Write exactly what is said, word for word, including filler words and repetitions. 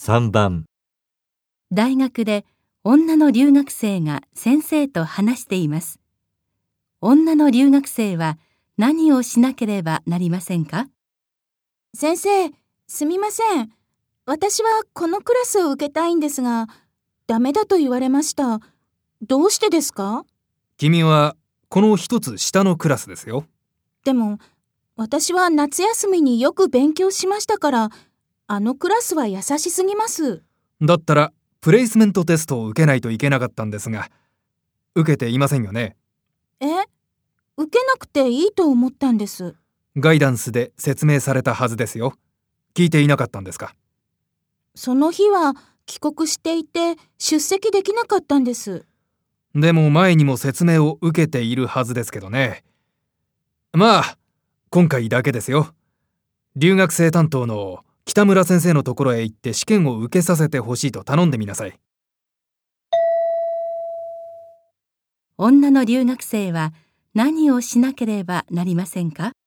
さんばん、 大学で女の留学生が先生と話しています。女の留学生は何をしなければなりませんか？ 先生、すみません。私はこのクラスを受けたいんですが、ダメだと言われました。どうしてですか？ 君はこの一つ下のクラスですよ。 でも、私は夏休みによく勉強しましたから、あのクラスは優しすぎます。 だったらプレイスメントテストを受けないといけなかったんですが、受けていませんよね。 え？受けなくていいと思ったんです。 ガイダンスで説明されたはずですよ。聞いていなかったんですか？ その日は帰国していて出席できなかったんです。 でも前にも説明を受けているはずですけどね。まあ、今回だけですよ。留学生担当の北村先生のところへ行って試験を受けさせてほしいと頼んでみなさい。 女の留学生は何をしなければなりませんか？